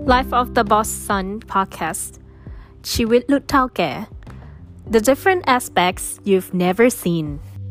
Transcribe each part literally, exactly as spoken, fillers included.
Life of the Boss Son Podcast ชีวิตลูกเฒ่าแก่ The different aspects you've never seen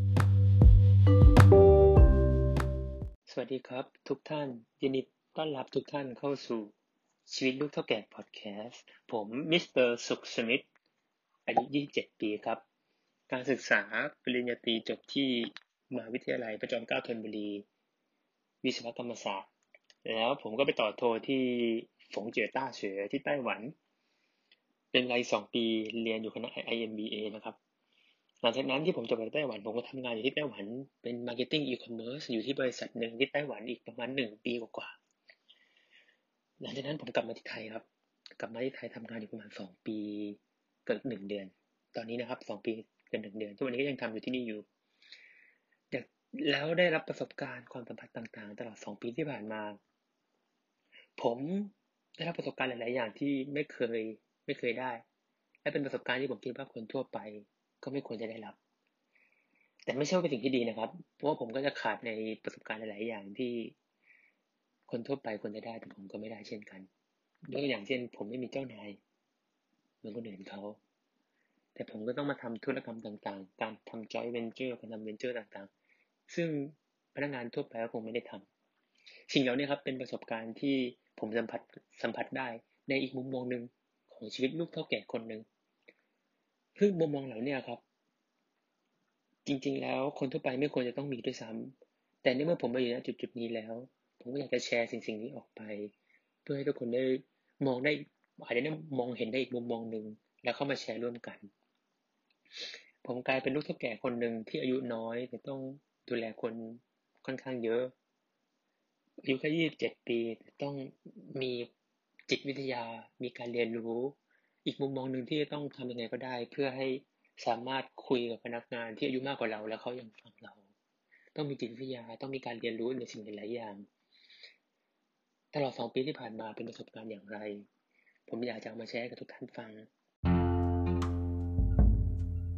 สวัสดีครับทุกท่านยินดีต้อนรับทุกท่านเข้าสู่ชีวิตลูกเฒ่าแก่พอดแคสต์ผมมิสเตอร์สุขสมิทธิ์อายุยี่สิบเจ็ดปีครับการศึกษาปริญญาตรีจบที่มหาวิทยาลัยพระจอมเกล้าธนบุรีวิศวกรรมศาสตร์แล้วผมก็ไปต่อโทที่ฝงเจ๋อต้าเฉอที่ไต้หวันเป็นเวลาสองปีเรียนอยู่คณะ ไอ เอ็ม บี เอ นะครับหลังจากนั้นที่ผมจบจากไต้หวันผมก็ทำงานอยู่ที่ไต้หวันเป็น Marketing E-commerce อยู่ที่บริษัทหนึ่งที่ไต้หวันอีกประมาณหนึ่งปีกว่าๆหลังจากนั้นผมกลับมาที่ไทยครับกลับมาที่ไทยทำงานอยู่ประมาณสองปีเกือบหนึ่งเดือนตอนนี้นะครับสองปีเกือบหนึ่งเดือนทุกวันนี้ก็ยังทำอยู่ที่นี่อยู่แล้วได้รับประสบการณ์ความสัมพันธ์ต่างๆตลอดสองปีที่ผ่านมาผมได้รับประสบการณ์หลายๆอย่างที่ไม่เคยไม่เคยได้และเป็นประสบการณ์ที่ผมคิดว่าคนทั่วไปก็ไม่ควรจะได้รับแต่ไม่ใช่ว่าเป็นสิ่งที่ดีนะครับเพราะว่าผมก็จะขาดในประสบการณ์หลายๆอย่างที่คนทั่วไปควรจะได้แต่ผมก็ไม่ได้เช่นกันยกตัวอย่างเช่นผมไม่มีเจ้านายเหมือนคนอื่นเขาแต่ผมก็ต้องมาทำธุรกรรมต่างๆการทำ joint venture การทำ venture ต่างๆซึ่งพนักงานทั่วไปก็คงไม่ได้ทำสิ่งเหล่านี้ครับเป็นประสบการณ์ที่ผมสัมผัสสัมผัสได้ในอีกมุมมองหนึ่งของชีวิตลูกเฒ่าแก่คนหนึ่งซึ่งมุมมองเหล่านี้ครับจริงๆแล้วคนทั่วไปไม่ควรจะต้องมีด้วยซ้ำแต่ในเมื่อผมมาอยู่ณจุดๆนี้แล้วผมก็อยากจะแชร์สิ่งสิ่งนี้ออกไปเพื่อให้ทุกคนได้มองได้อาจจะได้มองเห็นได้อีกมุมมองหนึ่งแล้วเข้ามาแชร์ร่วมกันผมกลายเป็นลูกเฒ่าแก่คนหนึ่งที่อายุน้อยแต่ต้องดูแลคนค่อนข้างเยอะอายุแค่ยี่สิบเจ็ดปีแต่ต้องมีจิตวิทยามีการเรียนรู้อีกมุมมองหนึ่งที่จะต้องทำยังไงก็ได้เพื่อให้สามารถคุยกับพนักงานที่อายุมากกว่าเราแล้วเขายังฟังเราต้องมีจิตวิทยาต้องมีการเรียนรู้ในสิ่งหลายๆอย่างตลอดสองปีที่ผ่านมาเป็นประสบการณ์อย่างไรผมอยากจะเอามาแชร์กับทุกท่านฟัง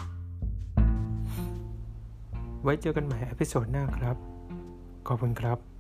ไว้เจอกันใหม่เอพิโซดหน้าครับขอบคุณครับ